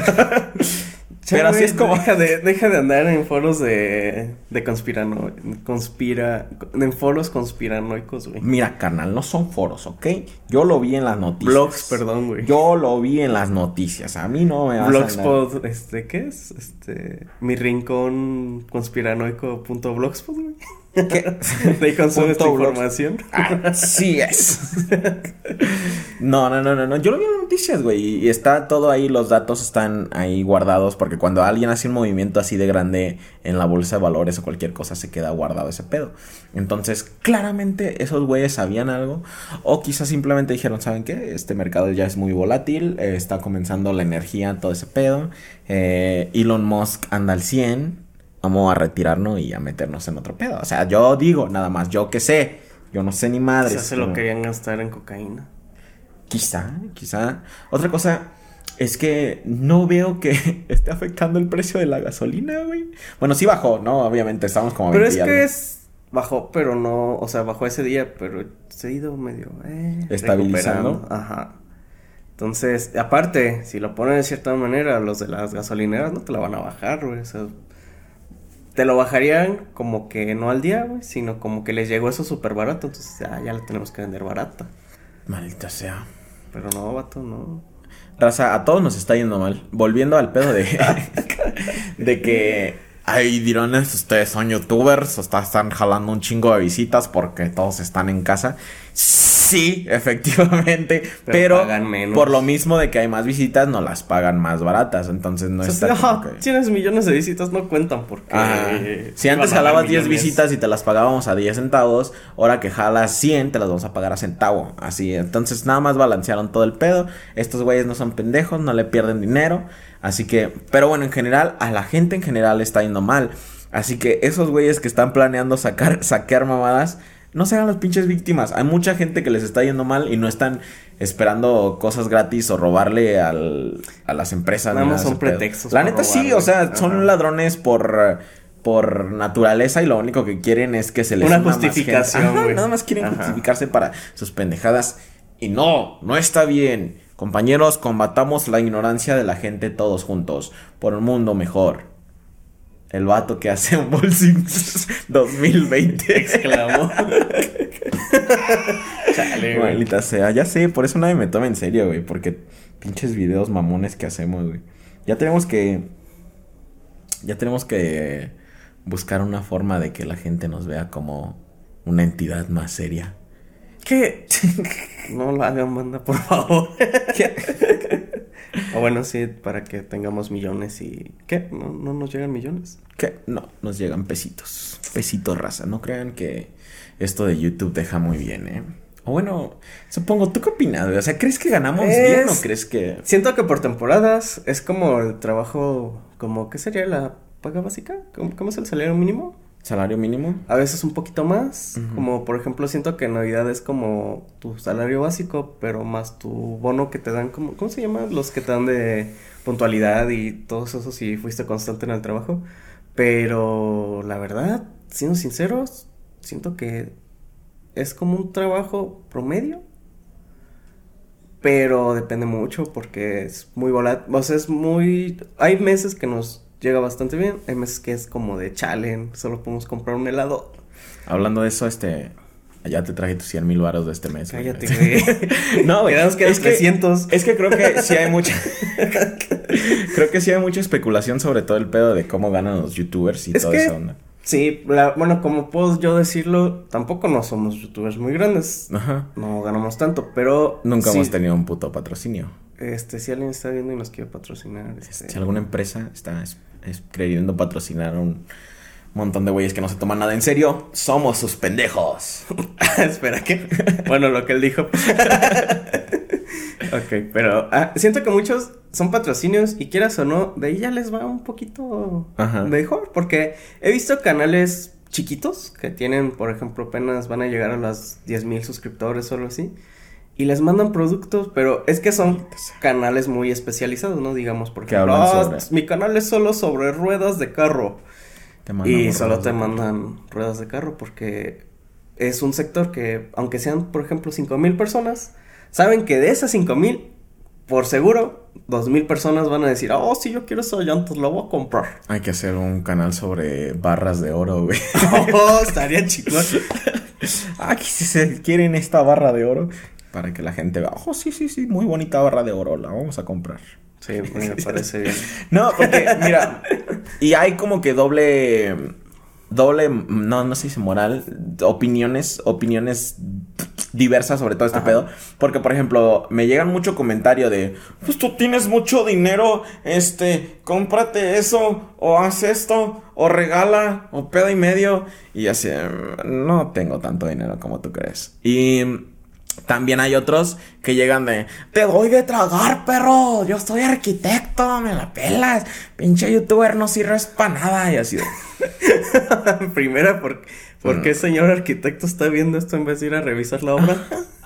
Pero así es como... Deja de andar en foros en foros conspiranoicos, güey. Mira, carnal, no son foros, ¿ok? Yo lo vi en las noticias. Blogs, perdón, güey. Yo lo vi en las noticias. A mí no me vas Blogspot, ¿qué es? Mi rincón conspiranoico.blogspot, güey. ¿Qué? De ahí consumes esta información. Así es. No. Yo lo vi en las noticias, güey. Y está todo ahí, los datos están ahí guardados. Porque cuando alguien hace un movimiento así de grande en la bolsa de valores o cualquier cosa, se queda guardado ese pedo. Entonces, claramente esos güeyes sabían algo. O quizás simplemente dijeron, ¿saben qué? Este mercado ya es muy volátil. Está comenzando la energía, todo ese pedo. Elon Musk anda al 100. Vamos a retirarnos y a meternos en otro pedo. O sea, yo digo, nada más, yo qué sé. Yo no sé ni madres. Quizás se lo querían gastar en cocaína. Quizá. Otra cosa es que no veo que esté afectando el precio de la gasolina, güey. Bueno, sí bajó, ¿no? Obviamente, estamos como... Pero es que bajó, pero no... O sea, bajó ese día, pero se ha ido medio... estabilizando. Ajá. Entonces, aparte, si lo ponen de cierta manera, los de las gasolineras no te la van a bajar, güey. O sea... Te lo bajarían como que no al día, güey, sino como que les llegó eso súper barato. Entonces ya la tenemos que vender barata. Maldita sea. Pero no, vato, no. Raza, a todos nos está yendo mal. Volviendo al pedo de... de que... Ay, dirán, ustedes son youtubers, están jalando un chingo de visitas porque todos están en casa. Sí, efectivamente, pero pagan menos. Por lo mismo de que hay más visitas, no las pagan más baratas, entonces no está... Tienes millones de visitas, no cuentan porque... Si antes jalabas 10 visitas y te las pagábamos a 10 centavos, ahora que jalas 100 te las vamos a pagar a centavo, así, entonces nada más balancearon todo el pedo. Estos güeyes no son pendejos, no le pierden dinero, así que... Pero bueno, en general, a la gente en general le está yendo mal, así que esos güeyes que están planeando saquear mamadas... No se hagan las pinches víctimas. Hay mucha gente que les está yendo mal y no están esperando cosas gratis o robarle a las empresas. Nada más son pretextos. La neta sí, o sea, son ladrones por naturaleza y lo único que quieren es que se les... Una justificación, güey. Nada más quieren justificarse para sus pendejadas. Y no está bien. Compañeros, combatamos la ignorancia de la gente todos juntos por un mundo mejor. el vato que hace Unboxing 2020. Exclamó. Chale, güey. Maldita sea, ya sé, por eso nadie me toma en serio, güey, porque pinches videos mamones que hacemos, güey. Ya tenemos que buscar una forma de que la gente nos vea como una entidad más seria. ¿Qué? No lo hagan, banda, por favor. O bueno, sí, para que tengamos millones y... ¿Qué? ¿No nos llegan millones? ¿Qué? No, nos llegan pesitos. Pesitos, raza. No crean que esto de YouTube deja muy bien, ¿eh? O bueno, supongo, ¿tú qué opinas, güey? O sea, ¿crees que ganamos bien o crees que...? Siento que por temporadas es como el trabajo... como ¿qué sería la paga básica? ¿Cómo es el salario mínimo? ¿Salario mínimo? A veces un poquito más. Como por ejemplo siento que en Navidad es como tu salario básico, pero más tu bono que te dan como... ¿Cómo se llama? Los que te dan de puntualidad y todos esos si fuiste constante en el trabajo. Pero la verdad, siendo sinceros, siento que es como un trabajo promedio. Pero depende mucho porque es muy volátil. O sea, es muy... Hay meses que nos llega bastante bien. Hay meses que es como de chale, solo podemos comprar un helado. Hablando de eso, ya te traje tus 100,000 varos de este mes. Cállate, güey. No, güey. Quedamos que eran 300. Es que creo que sí hay mucha... creo que sí hay mucha especulación sobre todo el pedo de cómo ganan los youtubers y toda esa onda. Sí, bueno, como puedo yo decirlo, tampoco no somos youtubers muy grandes. Ajá. No ganamos tanto, pero... Nunca sí, hemos tenido un puto patrocinio. si alguien está viendo y nos quiere patrocinar... Si alguna empresa está queriendo patrocinar un montón de güeyes que no se toman nada en serio, somos sus pendejos. Espera, ¿qué? Bueno, lo que él dijo. Ok, pero siento que muchos son patrocinios y quieras o no, de ahí ya les va un poquito mejor. Porque he visto canales chiquitos que tienen, por ejemplo, apenas van a llegar a las 10,000 suscriptores o algo así. Y les mandan productos, pero es que son canales muy especializados, ¿no? Digamos, por ejemplo, mi canal es solo sobre ruedas de carro. Y solo te mandan ruedas de carro porque es un sector que, aunque sean, por ejemplo, 5,000 personas, saben que de esas 5,000, por seguro, 2,000 personas van a decir, oh, sí, yo quiero esas llantas, la voy a comprar. Hay que hacer un canal sobre barras de oro, güey. Oh, estaría chingón. Aquí si se quieren esta barra de oro, para que la gente vea, oh, sí, muy bonita barra de oro, la vamos a comprar. Sí, me parece bien. No, porque, mira, y hay como que doble, no sé si es moral, opiniones diversas sobre todo este pedo. Porque, por ejemplo, me llegan mucho comentario de, pues tú tienes mucho dinero, cómprate eso, o haz esto, o regala, o pedo y medio. Y así, no tengo tanto dinero como tú crees. Y también hay otros que llegan de, te doy de tragar, perro, yo soy arquitecto, me la pelas, pinche youtuber no sirves para nada. Y así de... Primera, ¿por qué señor arquitecto está viendo esto en vez de ir a revisar la obra?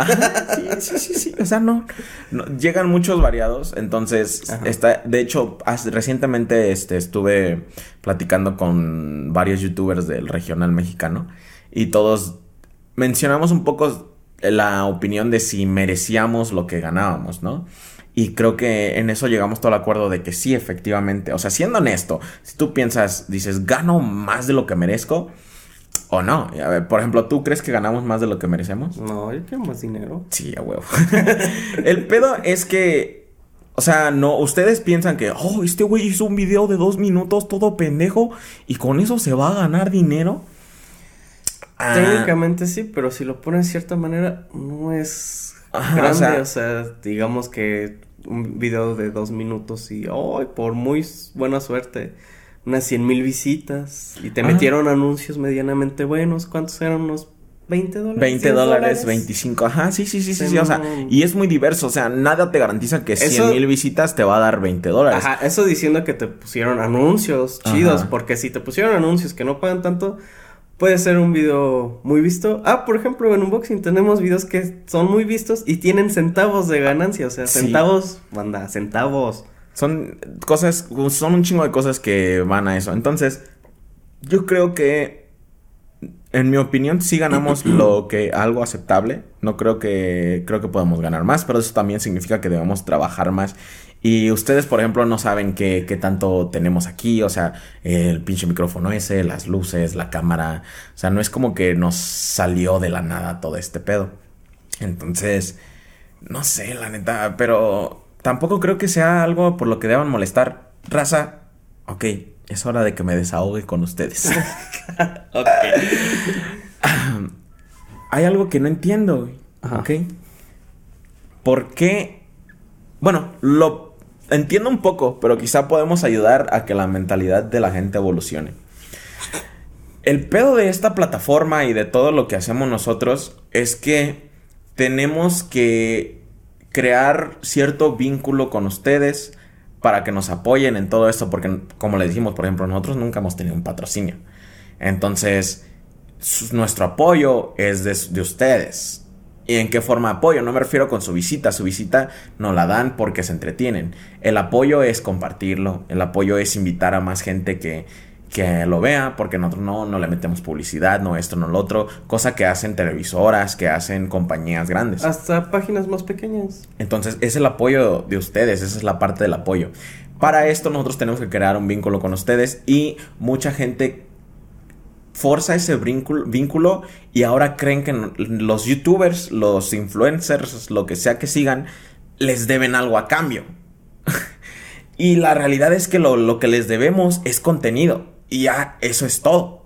Sí. O sea, no, llegan muchos variados. Entonces, de hecho, recientemente estuve platicando con varios youtubers del regional mexicano. Y todos mencionamos un poco la opinión de si merecíamos lo que ganábamos, ¿no? Y creo que en eso llegamos todo al acuerdo de que sí, efectivamente. O sea, siendo honesto, si tú dices, ¿gano más de lo que merezco? ¿O no? A ver, por ejemplo, ¿tú crees que ganamos más de lo que merecemos? No, yo quiero más dinero. Sí, a huevo. El pedo es que, o sea, no, ustedes piensan que, oh, este güey hizo un video de 2 minutos todo pendejo y con eso se va a ganar dinero. Técnicamente sí, pero si lo pones de cierta manera, no es grande. O sea, digamos que un video de 2 minutos y, por muy buena suerte, unas 100,000 visitas. Y te metieron anuncios medianamente buenos. ¿Cuántos eran? Unos $20. $20, 25. Sí. O sea, y es muy diverso. O sea, nada te garantiza que 100,000 visitas te va a dar $20. Ajá, eso diciendo que te pusieron anuncios chidos. Porque si te pusieron anuncios que no pagan tanto, puede ser un video muy visto. Por ejemplo, en Unboxing tenemos videos que son muy vistos y tienen centavos de ganancia. O sea, centavos, banda, centavos. Son un chingo de cosas que van a eso. Entonces, yo creo que, en mi opinión, sí ganamos algo aceptable. No creo que podamos ganar más, pero eso también significa que debemos trabajar más Y ustedes, por ejemplo, no saben qué tanto tenemos aquí. O sea, el pinche micrófono ese, las luces, la cámara. O sea, no es como que nos salió de la nada todo este pedo. Entonces, no sé, la neta. Pero tampoco creo que sea algo por lo que deban molestar. Raza, ok, es hora de que me desahogue con ustedes. Ok. Hay algo que no entiendo, güey. Ajá. ¿Ok? ¿Por qué? Bueno, lo entiendo un poco, pero quizá podemos ayudar a que la mentalidad de la gente evolucione. El pedo de esta plataforma y de todo lo que hacemos nosotros es que tenemos que crear cierto vínculo con ustedes para que nos apoyen en todo esto, porque como les dijimos, por ejemplo, nosotros nunca hemos tenido un patrocinio. Entonces, nuestro apoyo es de ustedes. ¿Y en qué forma apoyo? No me refiero con su visita. Su visita nos la dan porque se entretienen. El apoyo es compartirlo. El apoyo es invitar a más gente que lo vea, porque nosotros no le metemos publicidad, no esto, no lo otro. Cosa que hacen televisoras, que hacen compañías grandes. Hasta páginas más pequeñas. Entonces, es el apoyo de ustedes. Esa es la parte del apoyo. Para esto nosotros tenemos que crear un vínculo con ustedes. Y mucha gente forza ese vínculo y ahora creen que los youtubers, los influencers, lo que sea que sigan, les deben algo a cambio. Y la realidad es que lo que les debemos es contenido. Y ya, eso es todo.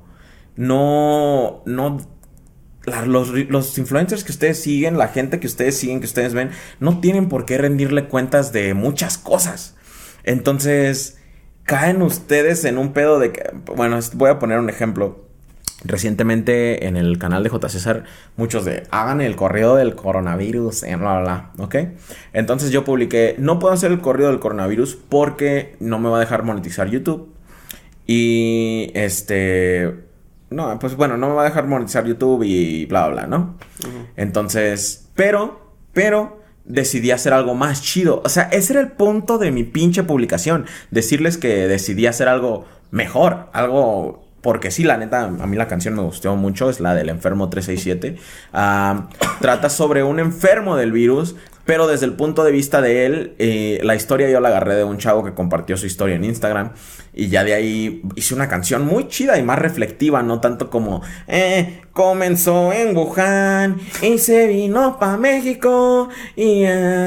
Los influencers que ustedes siguen, la gente que ustedes siguen, que ustedes ven, no tienen por qué rendirle cuentas de muchas cosas. Entonces, caen ustedes en un pedo de que... Bueno, voy a poner un ejemplo. Recientemente en el canal de J. César, muchos hagan el corrido del coronavirus, bla, bla, bla, ¿ok? Entonces yo publiqué, no puedo hacer el corrido del coronavirus porque no me va a dejar monetizar YouTube. Y no, pues bueno, no me va a dejar monetizar YouTube y bla, bla, bla, ¿no? Uh-huh. Entonces, pero decidí hacer algo más chido. O sea, ese era el punto de mi pinche publicación. Decirles que decidí hacer algo mejor, algo... Porque sí, la neta, a mí la canción me gustó mucho. Es la del Enfermo 367. Trata sobre un enfermo del virus, pero desde el punto de vista de él. La historia yo la agarré de un chavo que compartió su historia en Instagram. Y ya de ahí hice una canción muy chida y más reflectiva. No tanto como comenzó en Wuhan y se vino pa' México y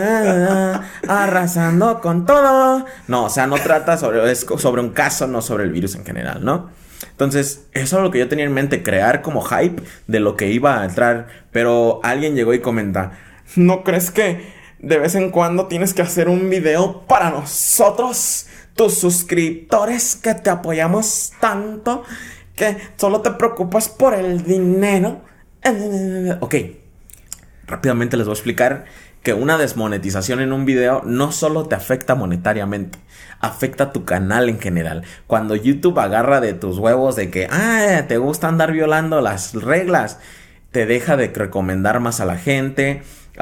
arrasando con todo. No, o sea, no trata es sobre un caso, no sobre el virus en general, ¿no? Entonces, eso es lo que yo tenía en mente, crear como hype de lo que iba a entrar. Pero alguien llegó y comenta, ¿no crees que de vez en cuando tienes que hacer un video para nosotros, tus suscriptores, que te apoyamos tanto, que solo te preocupas por el dinero? Ok, rápidamente les voy a explicar que una desmonetización en un video no solo te afecta monetariamente, afecta a tu canal en general. Cuando YouTube agarra de tus huevos de que te gusta andar violando las reglas, te deja de recomendar más a la gente,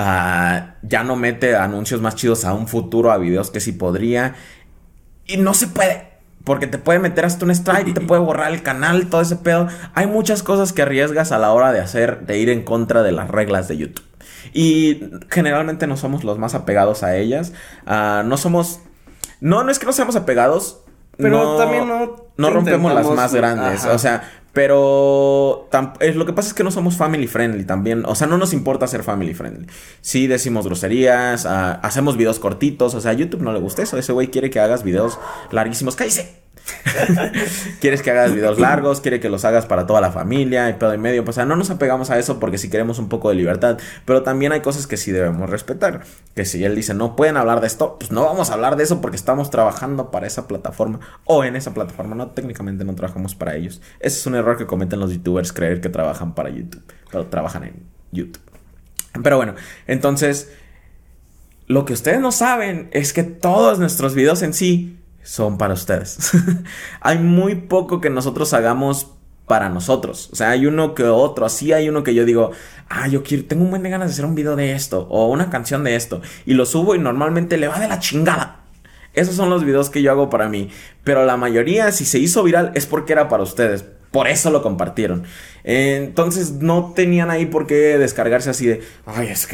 ya no mete anuncios más chidos a un futuro, a videos que sí podría, y no se puede, porque te puede meter hasta un strike, te puede borrar el canal, todo ese pedo. Hay muchas cosas que arriesgas a la hora de ir en contra de las reglas de YouTube. Y generalmente no somos los más apegados a ellas. No somos... No es que no seamos apegados. Pero también no rompemos las más grandes. Ajá. O sea, pero... lo que pasa es que no somos family friendly también. O sea, no nos importa ser family friendly. Sí decimos groserías. Hacemos videos cortitos. O sea, a YouTube no le gusta eso. Ese güey quiere que hagas videos larguísimos. ¡Cállese! Quieres que hagas videos largos, quiere que los hagas para toda la familia y pedo y medio. O sea, no nos apegamos a eso porque sí queremos un poco de libertad, pero también hay cosas que sí debemos respetar. Que si él dice no pueden hablar de esto, pues no vamos a hablar de eso porque estamos trabajando para esa plataforma o en esa plataforma. No, técnicamente no trabajamos para ellos. Ese es un error que cometen los youtubers, creer que trabajan para YouTube, pero trabajan en YouTube. Pero bueno, entonces lo que ustedes no saben es que todos nuestros videos en sí son para ustedes. Hay muy poco que nosotros hagamos para nosotros. O sea, hay uno que otro. Así hay uno que yo digo, tengo un buen de ganas de hacer un video de esto o una canción de esto, y lo subo y normalmente le va de la chingada. Esos son los videos que yo hago para mí. Pero la mayoría, si se hizo viral, es porque era para ustedes. Por eso lo compartieron. Entonces no tenían ahí por qué descargarse así de, es que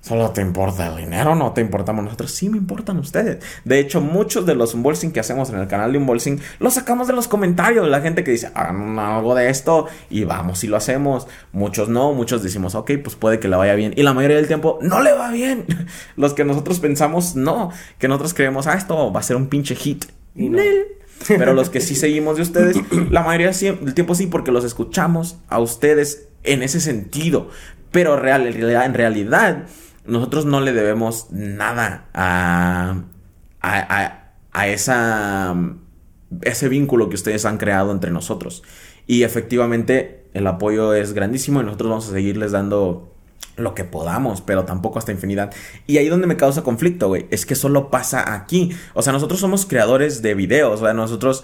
¿Solo te importa el dinero? ¿No te importamos nosotros? Sí, me importan ustedes. De hecho, muchos de los unboxing que hacemos en el canal de unboxing los sacamos de los comentarios de la gente que dice, hagan algo de esto y vamos y lo hacemos. Muchos no, muchos decimos, ok, pues puede que le vaya bien. Y la mayoría del tiempo no le va bien. Los que nosotros pensamos, no. Que nosotros creemos, esto va a ser un pinche hit. Y no. Pero los que sí seguimos de ustedes, la mayoría del tiempo sí, porque los escuchamos a ustedes en ese sentido. Pero en realidad nosotros no le debemos nada a ese vínculo que ustedes han creado entre nosotros. Y efectivamente el apoyo es grandísimo y nosotros vamos a seguirles dando lo que podamos, pero tampoco hasta infinidad. Y ahí donde me causa conflicto, güey, es que solo pasa aquí. O sea, nosotros somos creadores de videos, o sea, nosotros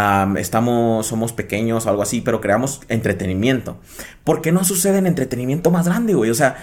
somos pequeños o algo así, pero creamos entretenimiento. ¿Por qué no sucede en entretenimiento más grande, güey? O sea,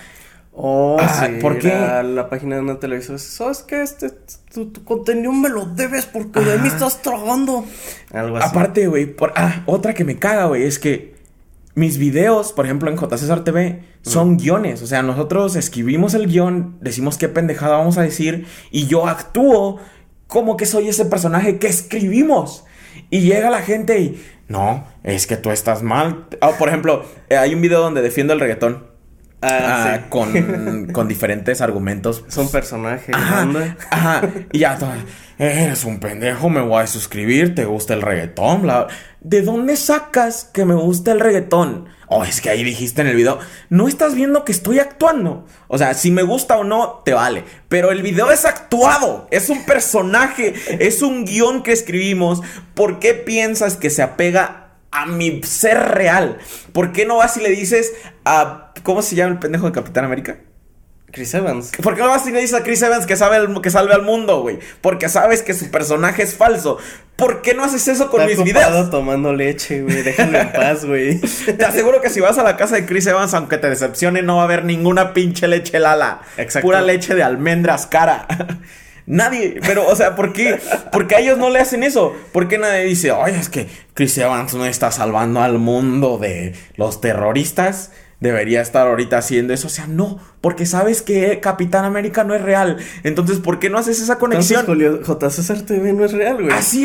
sí, ¿por qué? La página de una televisora, ¿sabes qué? Tu contenido me lo debes porque de mí estás tragando. Algo así. Aparte, güey, otra que me caga, güey, es que mis videos, por ejemplo, en J. César TV, son guiones. O sea, nosotros escribimos el guión, decimos qué pendejada vamos a decir, y yo actúo como que soy ese personaje que escribimos. Y llega la gente y, no, es que tú estás mal. Por ejemplo, hay un video donde defiendo el reggaetón. Sí. con diferentes argumentos. Son personajes. Ajá. Y ya, eres un pendejo, me voy a suscribir, ¿te gusta el reggaetón? ¿De dónde sacas que me gusta el reggaetón? Es que ahí dijiste en el video, no estás viendo que estoy actuando. O sea, si me gusta o no, te vale. Pero el video es actuado, es un personaje, es un guión que escribimos. ¿Por qué piensas que se apega a mi ser real? ¿Por qué no vas y le dices a... ¿Cómo se llama el pendejo de Capitán América? Chris Evans. ¿Por qué no vas y le dices a Chris Evans que salve al mundo, güey? Porque sabes que su personaje es falso. ¿Por qué no haces eso con mis videos? Está tomando leche, güey. Déjalo en paz, güey. Te aseguro que si vas a la casa de Chris Evans, aunque te decepcione, no va a haber ninguna pinche leche Lala. Exacto. Pura leche de almendras cara. Nadie, pero, o sea, ¿por qué? Porque a ellos no le hacen eso. ¿Por qué nadie dice, oye, es que Chris Evans no está salvando al mundo de los terroristas? Debería estar ahorita haciendo eso. O sea, no, porque sabes que Capitán América no es real. Entonces, ¿por qué no haces esa conexión? Entonces, J. César TV no es real, güey. Así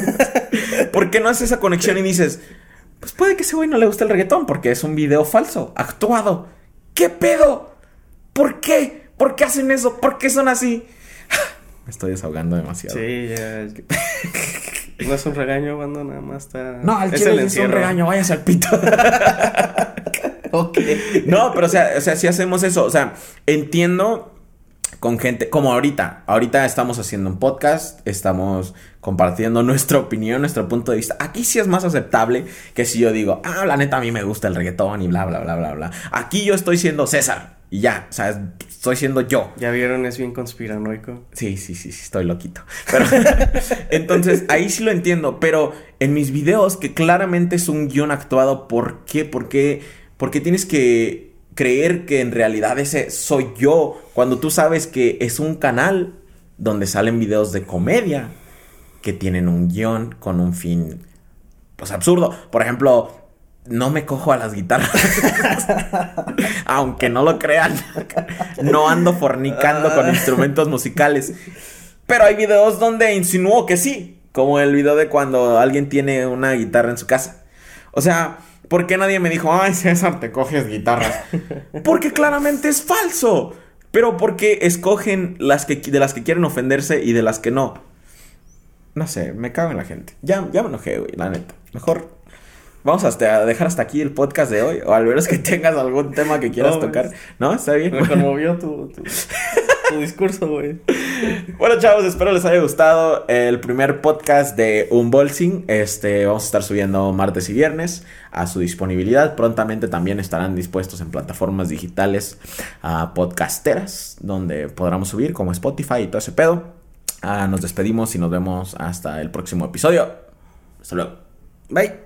es. ¿Por qué no haces esa conexión y dices, pues puede que ese güey no le guste el reggaetón porque es un video falso, actuado? ¿Qué pedo? ¿Por qué? ¿Por qué hacen eso? ¿Por qué son así? Me estoy desahogando demasiado. Sí, ya. No es un regaño, banda, nada más está... No, al chile es un regaño, váyase al pito. Ok. No, pero o sea, si hacemos eso, o sea, entiendo con gente, como ahorita estamos haciendo un podcast, estamos compartiendo nuestra opinión, nuestro punto de vista. Aquí sí es más aceptable que si yo digo, la neta a mí me gusta el reggaetón y bla, bla, bla, bla, bla. Aquí yo estoy siendo César y ya, o sea, estoy siendo yo. ¿Ya vieron? Es bien conspiranoico. Sí, estoy loquito. Pero entonces, ahí sí lo entiendo, pero en mis videos, que claramente es un guión actuado, ¿por qué? Porque tienes que creer que en realidad ese soy yo, cuando tú sabes que es un canal donde salen videos de comedia que tienen un guión con un fin, pues, absurdo. Por ejemplo, no me cojo a las guitarras. Aunque no lo crean. No ando fornicando con instrumentos musicales. Pero hay videos donde insinúo que sí. Como el video de cuando alguien tiene una guitarra en su casa. O sea, ¿por qué nadie me dijo, ay, César, te coges guitarras? Porque claramente es falso. Pero porque escogen de las que quieren ofenderse y de las que no. No sé, me cago en la gente. Ya me enojé, güey, la neta. Mejor vamos a dejar hasta aquí el podcast de hoy. O al menos que tengas algún tema que quieras tocar. ¿No? ¿Está bien? Me conmovió tu discurso, güey. Bueno, chavos, espero les haya gustado el primer podcast de Unboxing. Vamos a estar subiendo martes y viernes a su disponibilidad. Prontamente también estarán dispuestos en plataformas digitales podcasteras, donde podremos subir como Spotify y todo ese pedo. Nos despedimos y nos vemos hasta el próximo episodio. Hasta luego. Bye.